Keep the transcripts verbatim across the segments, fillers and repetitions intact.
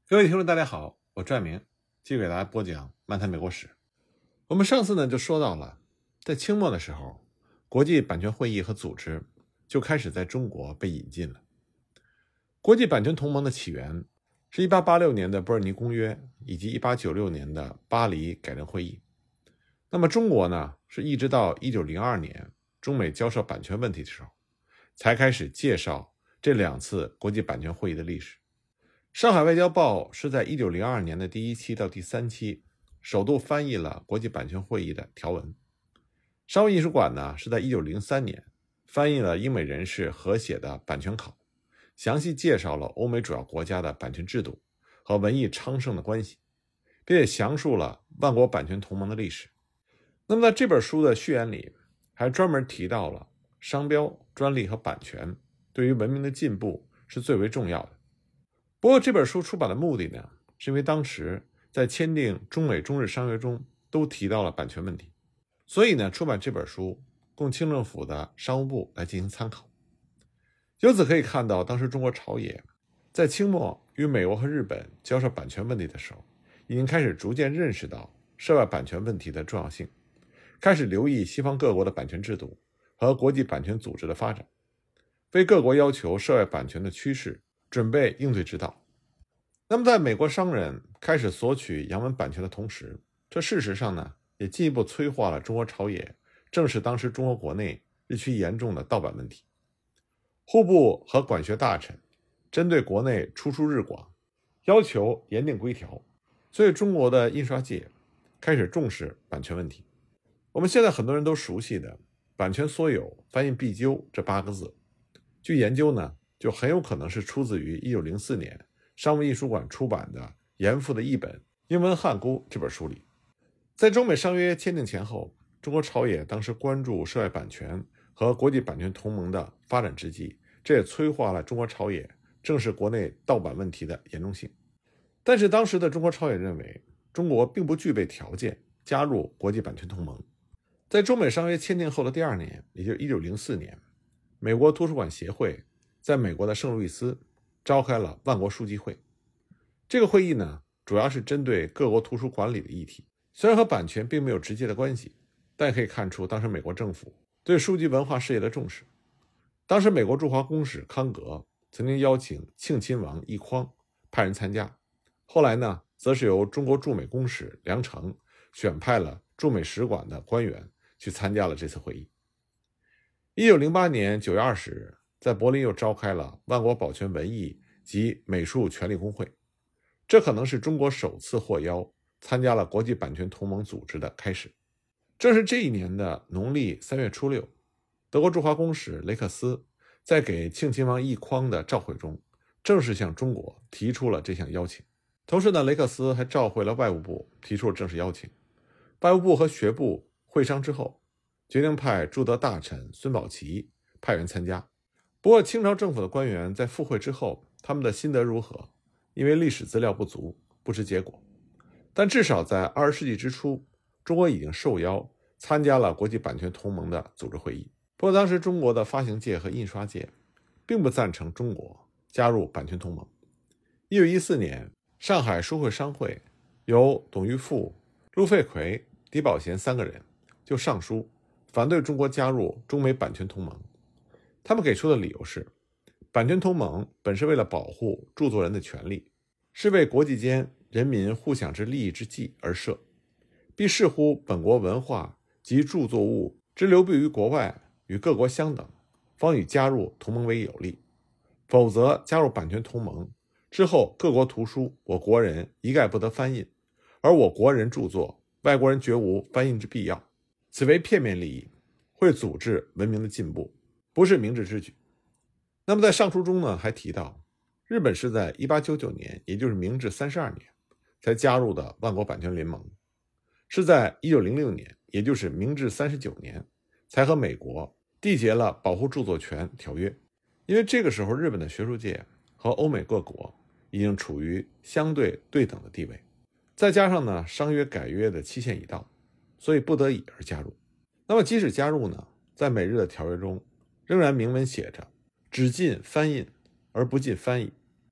各位听众大家好，我拽明继续给大家播讲漫谈美国史。我们上次呢就说到了，在清末的时候，国际版权会议和组织就开始在中国被引进了。国际版权同盟的起源是一八八六年的伯尔尼公约以及一八九六年的巴黎改正会议。那么中国呢，是一直到一九零二年中美交涉版权问题的时候，才开始介绍这两次国际版权会议的历史。上海外交报是在一九零二年的第一期到第三期首度翻译了国际版权会议的条文。商务印书馆呢是在一九零三年翻译了英美人士合写的版权考，详细介绍了欧美主要国家的版权制度和文艺昌盛的关系，并且详述了万国版权同盟的历史。那么在这本书的序言里还专门提到了商标、专利和版权对于文明的进步是最为重要的。不过这本书出版的目的呢，是因为当时在签订中美中日商约中都提到了版权问题，所以呢，出版这本书供清政府的商务部来进行参考。由此可以看到，当时中国朝野在清末与美国和日本交涉版权问题的时候，已经开始逐渐认识到涉外版权问题的重要性，开始留意西方各国的版权制度和国际版权组织的发展，为各国要求涉外版权的趋势准备应对之道。那么在美国商人开始索取洋文版权的同时，这事实上呢，也进一步催化了中国朝野正视当时中国国内日趋严重的盗版问题。户部和管学大臣针对国内出书日广，要求严定规条，所以中国的印刷界开始重视版权问题。我们现在很多人都熟悉的版权所有，翻译必究这八个字，据研究呢，就很有可能是出自于一九零四年商务印书馆出版的严复的译本《英文汉估》这本书里。在中美商约签订前后，中国朝野当时关注涉外版权和国际版权同盟的发展之际，这也催化了中国朝野正视国内盗版问题的严重性。但是当时的中国朝野认为，中国并不具备条件加入国际版权同盟。在中美商约签订后的第二年，也就是一九零四年，美国图书馆协会在美国的圣路易斯召开了万国书籍会。这个会议呢，主要是针对各国图书管理的议题，虽然和版权并没有直接的关系，但可以看出当时美国政府对书籍文化事业的重视。当时美国驻华公使康格曾经邀请庆亲王奕匡派人参加，后来呢，则是由中国驻美公使梁诚选派了驻美使馆的官员去参加了这次会议。一九零八年九月二十日，在柏林又召开了万国保全文艺及美术权利工会，这可能是中国首次获邀参加了国际版权同盟组织的开始。正是这一年的农历三月初六，德国驻华公使雷克斯在给庆亲王奕匡的照会中，正式向中国提出了这项邀请。同时呢，雷克斯还召回了外务部，提出了正式邀请。外务部和学部会商之后，决定派驻德大臣孙宝琦派员参加。不过清朝政府的官员在赴会之后，他们的心得如何，因为历史资料不足，不知结果。但至少在二十世纪之初，中国已经受邀参加了国际版权同盟的组织会议。不过当时中国的发行界和印刷界并不赞成中国加入版权同盟。一九一四年，上海书会商会由董玉富、陆费奎、狄宝贤三个人就上书反对中国加入中美版权同盟。他们给出的理由是，版权同盟本是为了保护著作人的权利，是为国际间人民互享之利益之计而设，必视乎本国文化及著作物之流布于国外与各国相等，方与加入同盟为有利。否则加入版权同盟之后，各国图书我国人一概不得翻印，而我国人著作外国人绝无翻印之必要，此为片面利益，会阻滞文明的进步，不是明智之举。那么在上书中呢，还提到日本是在一八九九年，也就是明治三十二年才加入的万国版权联盟，是在一九零六年，也就是明治三十九年才和美国缔结了保护著作权条约。因为这个时候日本的学术界和欧美各国已经处于相对对等的地位，再加上呢商约改约的期限已到，所以不得已而加入。那么即使加入呢，在美日的条约中仍然明文写着只禁翻印而不禁翻译。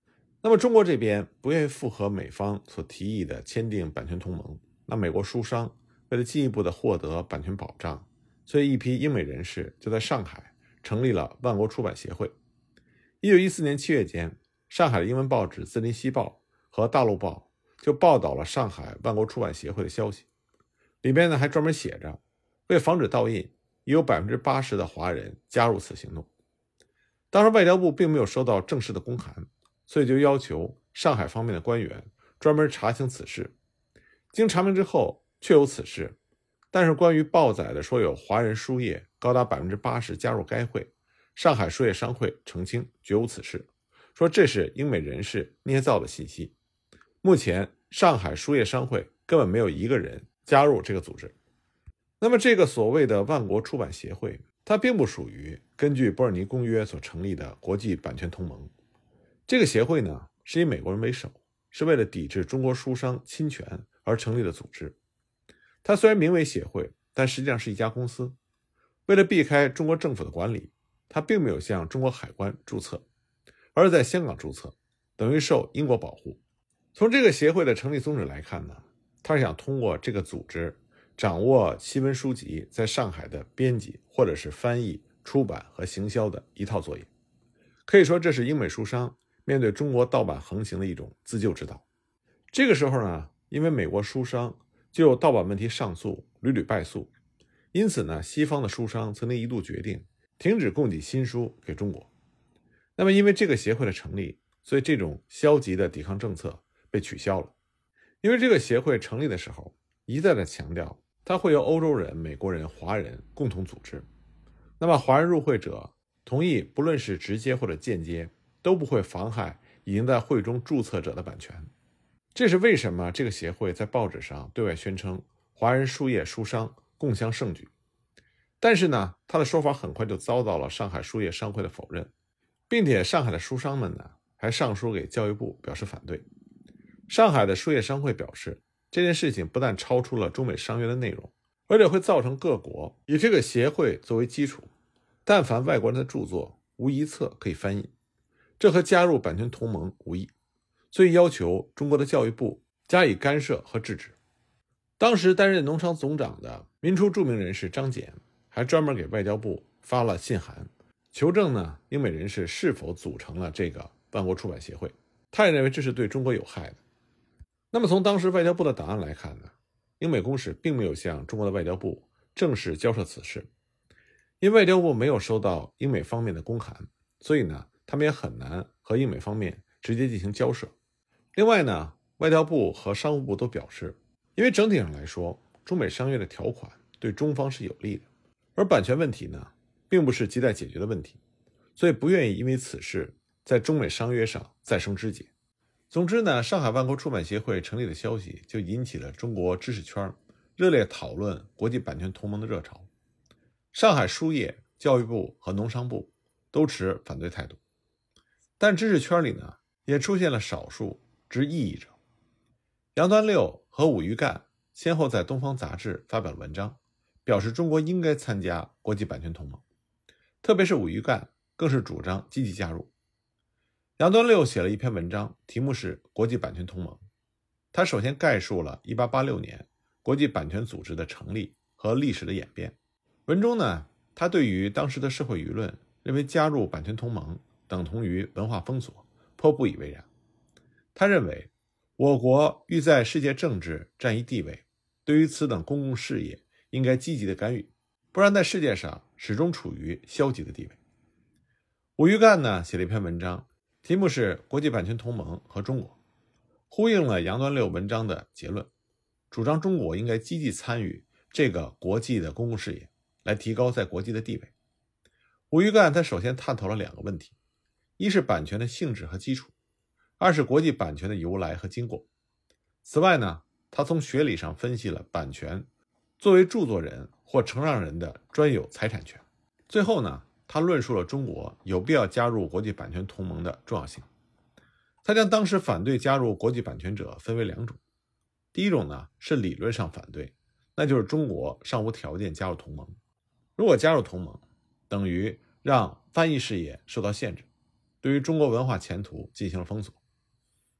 那么中国这边不愿意附和美方所提议的签订版权同盟，那美国书商为了进一步的获得版权保障，所以一批英美人士就在上海成立了万国出版协会。一九一四年七月间，上海的英文报纸《字林西报》和《大陆报》就报道了上海万国出版协会的消息，里边呢还专门写着，为防止盗印，已有 百分之八十 的华人加入此行动。当时外交部并没有收到正式的公函，所以就要求上海方面的官员专门查清此事。经查明之后，确有此事，但是关于报载的说有华人书业高达 百分之八十 加入该会，上海书业商会澄清绝无此事，说这是英美人士捏造的信息。目前上海书业商会根本没有一个人加入这个组织。那么这个所谓的万国出版协会，它并不属于根据伯尔尼公约所成立的国际版权同盟。这个协会呢，是以美国人为首，是为了抵制中国书商侵权而成立的组织。它虽然名为协会，但实际上是一家公司。为了避开中国政府的管理，它并没有向中国海关注册，而是在香港注册，等于受英国保护。从这个协会的成立宗旨来看呢，它是想通过这个组织掌握西文书籍在上海的编辑或者是翻译、出版和行销的一套作业。可以说这是英美书商面对中国盗版横行的一种自救之道。这个时候呢，因为美国书商就盗版问题上诉屡屡败诉，因此呢，西方的书商曾经一度决定停止供给新书给中国。那么因为这个协会的成立，所以这种消极的抵抗政策被取消了。因为这个协会成立的时候一再的强调，它会由欧洲人、美国人、华人共同组织。那么华人入会者同意，不论是直接或者间接，都不会妨害已经在会中注册者的版权。这是为什么这个协会在报纸上对外宣称华人书业书商共襄盛举。但是呢，他的说法很快就遭到了上海书业商会的否认，并且上海的书商们呢还上书给教育部表示反对。上海的书业商会表示，这件事情不但超出了中美商约的内容，而且会造成各国以这个协会作为基础，但凡外国人的著作无一册可以翻译，这和加入版权同盟无异，所以要求中国的教育部加以干涉和制止。当时担任农商总长的民初著名人士张謇还专门给外交部发了信函，求证呢英美人士是否组成了这个万国出版协会，他也认为这是对中国有害的。那么从当时外交部的档案来看呢，英美公使并没有向中国的外交部正式交涉此事，因为外交部没有收到英美方面的公函，所以呢他们也很难和英美方面直接进行交涉。另外呢，外交部和商务部都表示，因为整体上来说，中美商约的条款对中方是有利的，而版权问题呢并不是亟待解决的问题，所以不愿意因为此事在中美商约上再生枝节。总之呢，上海万国出版协会成立的消息就引起了中国知识圈热烈讨论国际版权同盟的热潮。上海书业、教育部和农商部都持反对态度，但知识圈里呢也出现了少数持异议者。杨端六和武余干先后在《东方杂志》发表了文章，表示中国应该参加国际版权同盟，特别是武余干更是主张积极加入。杨端六写了一篇文章，题目是《国际版权同盟》。他首先概述了一八八六年国际版权组织的成立和历史的演变。文中呢，他对于当时的社会舆论认为加入版权同盟等同于文化封锁，颇不以为然。他认为我国欲在世界政治占一地位，对于此等公共事业应该积极的干预，不然在世界上始终处于消极的地位。武余干呢写了一篇文章，题目是《国际版权同盟和中国》，呼应了杨端六文章的结论，主张中国应该积极参与这个国际的公共事业，来提高在国际的地位。武余干他首先探讨了两个问题，一是版权的性质和基础，二是国际版权的由来和经过。此外呢，他从学理上分析了版权作为著作人或承让人的专有财产权。最后呢，他论述了中国有必要加入国际版权同盟的重要性。他将当时反对加入国际版权者分为两种，第一种呢是理论上反对，那就是中国尚无条件加入同盟，如果加入同盟，等于让翻译事业受到限制，对于中国文化前途进行了封锁。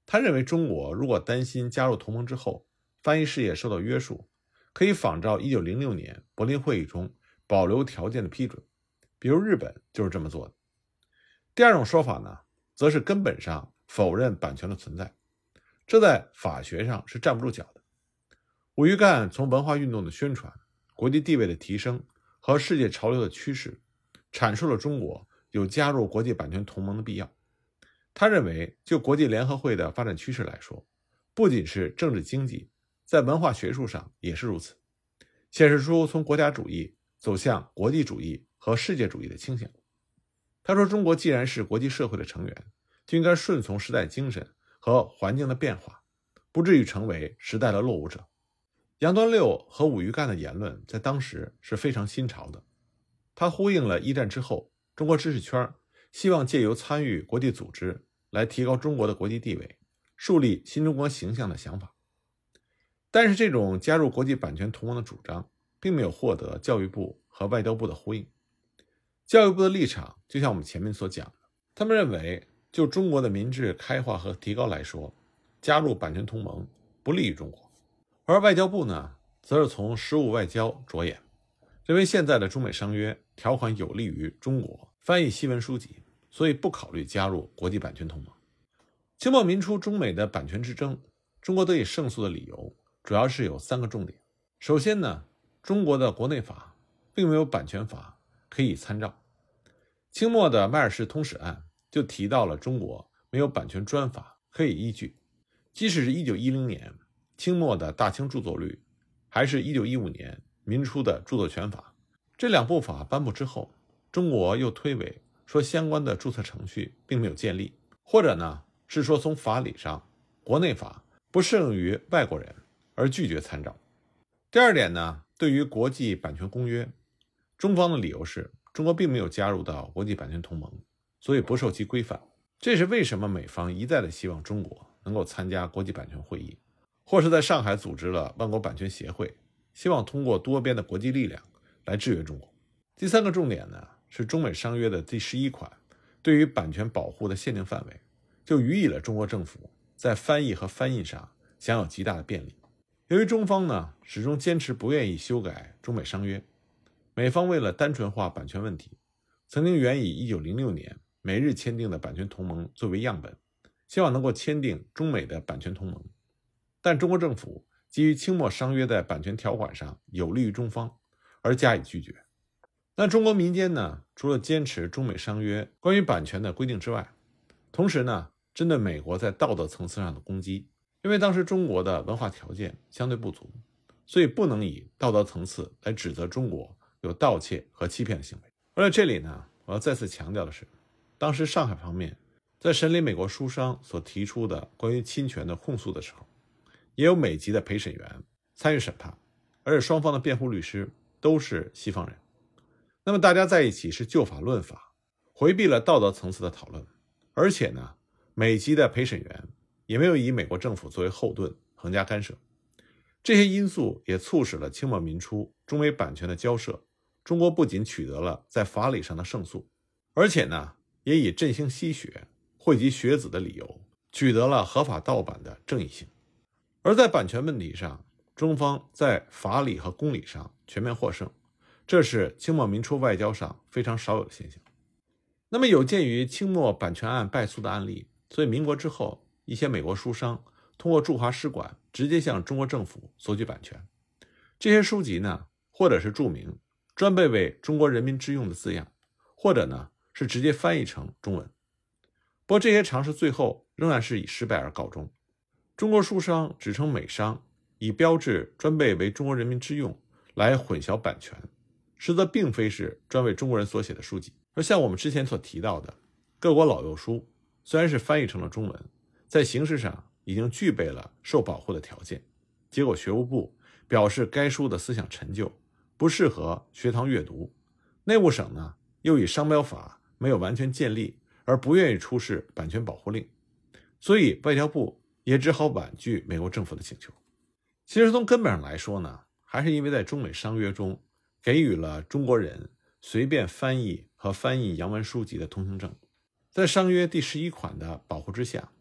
他认为中国如果担心加入同盟之后翻译事业受到约束，可以仿照一九零六年柏林会议中保留条件的批准，比如日本就是这么做的。第二种说法呢，则是根本上否认版权的存在，这在法学上是站不住脚的。吴玉干从文化运动的宣传、国际地位的提升和世界潮流的趋势，阐述了中国有加入国际版权同盟的必要。他认为，就国际联合会的发展趋势来说，不仅是政治经济，在文化学术上也是如此，显示出从国家主义走向国际主义和世界主义的倾向。他说，中国既然是国际社会的成员，就应该顺从时代精神和环境的变化，不至于成为时代的落伍者。杨端六和武余干的言论在当时是非常新潮的，他呼应了一战之后中国知识圈希望借由参与国际组织来提高中国的国际地位，树立新中国形象的想法。但是这种加入国际版权同盟的主张并没有获得教育部和外交部的呼应。教育部的立场就像我们前面所讲的，他们认为就中国的民智开化和提高来说，加入版权同盟不利于中国。而外交部呢，则是从实务外交着眼，认为现在的中美商约条款有利于中国翻译西文书籍，所以不考虑加入国际版权同盟。清末民初中美的版权之争，中国得以胜诉的理由主要是有三个重点。首先呢，中国的国内法并没有版权法可以参照。清末的迈尔士通史案就提到了中国没有版权专法可以依据，即使是一九一零年清末的大清著作律，还是一九一五年民初的著作权法，这两部法颁布之后，中国又推诿说相关的注册程序并没有建立，或者呢是说从法理上国内法不适用于外国人，而拒绝参照。第二点呢，对于国际版权公约，中方的理由是中国并没有加入到国际版权同盟，所以不受其规范。这是为什么美方一再的希望中国能够参加国际版权会议，或是在上海组织了万国版权协会，希望通过多边的国际力量来制约中国。第三个重点呢，是中美商约的第十一款对于版权保护的限定范围，就予以了中国政府在翻译和翻译上享有极大的便利。由于中方呢始终坚持不愿意修改中美商约，美方为了单纯化版权问题，曾经原以一九零六年美日签订的版权同盟作为样本，希望能够签订中美的版权同盟。但中国政府基于清末商约在版权条款上有利于中方，而加以拒绝。那中国民间呢，除了坚持中美商约关于版权的规定之外，同时呢，针对美国在道德层次上的攻击，因为当时中国的文化条件相对不足，所以不能以道德层次来指责中国有盗窃和欺骗的行为。而在这里呢，我要再次强调的是，当时上海方面在审理美国书商所提出的关于侵权的控诉的时候，也有美籍的陪审员参与审判，而且双方的辩护律师都是西方人。那么大家在一起是就法论法，回避了道德层次的讨论，而且呢，美籍的陪审员也没有以美国政府作为后盾横加干涉。这些因素也促使了清末民初中美版权的交涉，中国不仅取得了在法理上的胜诉，而且呢，也以振兴西学、惠及学子的理由，取得了合法盗版的正义性。而在版权问题上，中方在法理和公理上全面获胜，这是清末民初外交上非常少有的现象。那么有鉴于清末版权案败诉的案例，所以民国之后，一些美国书商通过驻华使馆直接向中国政府索取版权。这些书籍呢，或者是注明专备为中国人民之用的字样，或者呢是直接翻译成中文。不过这些尝试最后仍然是以失败而告终。中国书商只称美商，以标志专备为中国人民之用来混淆版权，实则并非是专为中国人所写的书籍。而像我们之前所提到的，各国老幼书虽然是翻译成了中文，在形式上已经具备了受保护的条件，结果学务部表示该书的思想陈旧，不适合学堂阅读，内务省呢又以商标法没有完全建立而不愿意出示版权保护令，所以外交部也只好婉拒美国政府的请求。其实从根本上来说呢，还是因为在中美商约中给予了中国人随便翻译和翻译洋文书籍的通行证。在商约第十一款的保护之下，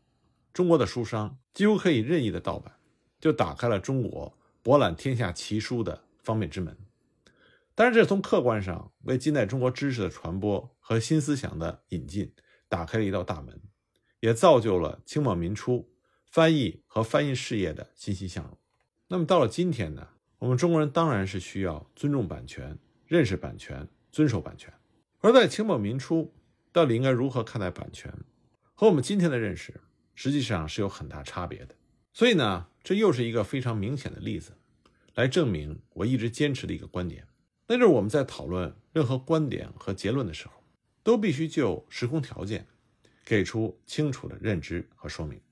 中国的书商几乎可以任意的盗版，就打开了中国博览天下奇书的方便之门。当然，这从客观上为近代中国知识的传播和新思想的引进打开了一道大门，也造就了清末民初翻译和翻译事业的欣欣向荣。那么到了今天呢，我们中国人当然是需要尊重版权、认识版权、遵守版权。而在清末民初，到底应该如何看待版权，和我们今天的认识实际上是有很大差别的。所以呢，这又是一个非常明显的例子，来证明我一直坚持的一个观点，那就是我们在讨论任何观点和结论的时候，都必须就时空条件给出清楚的认知和说明。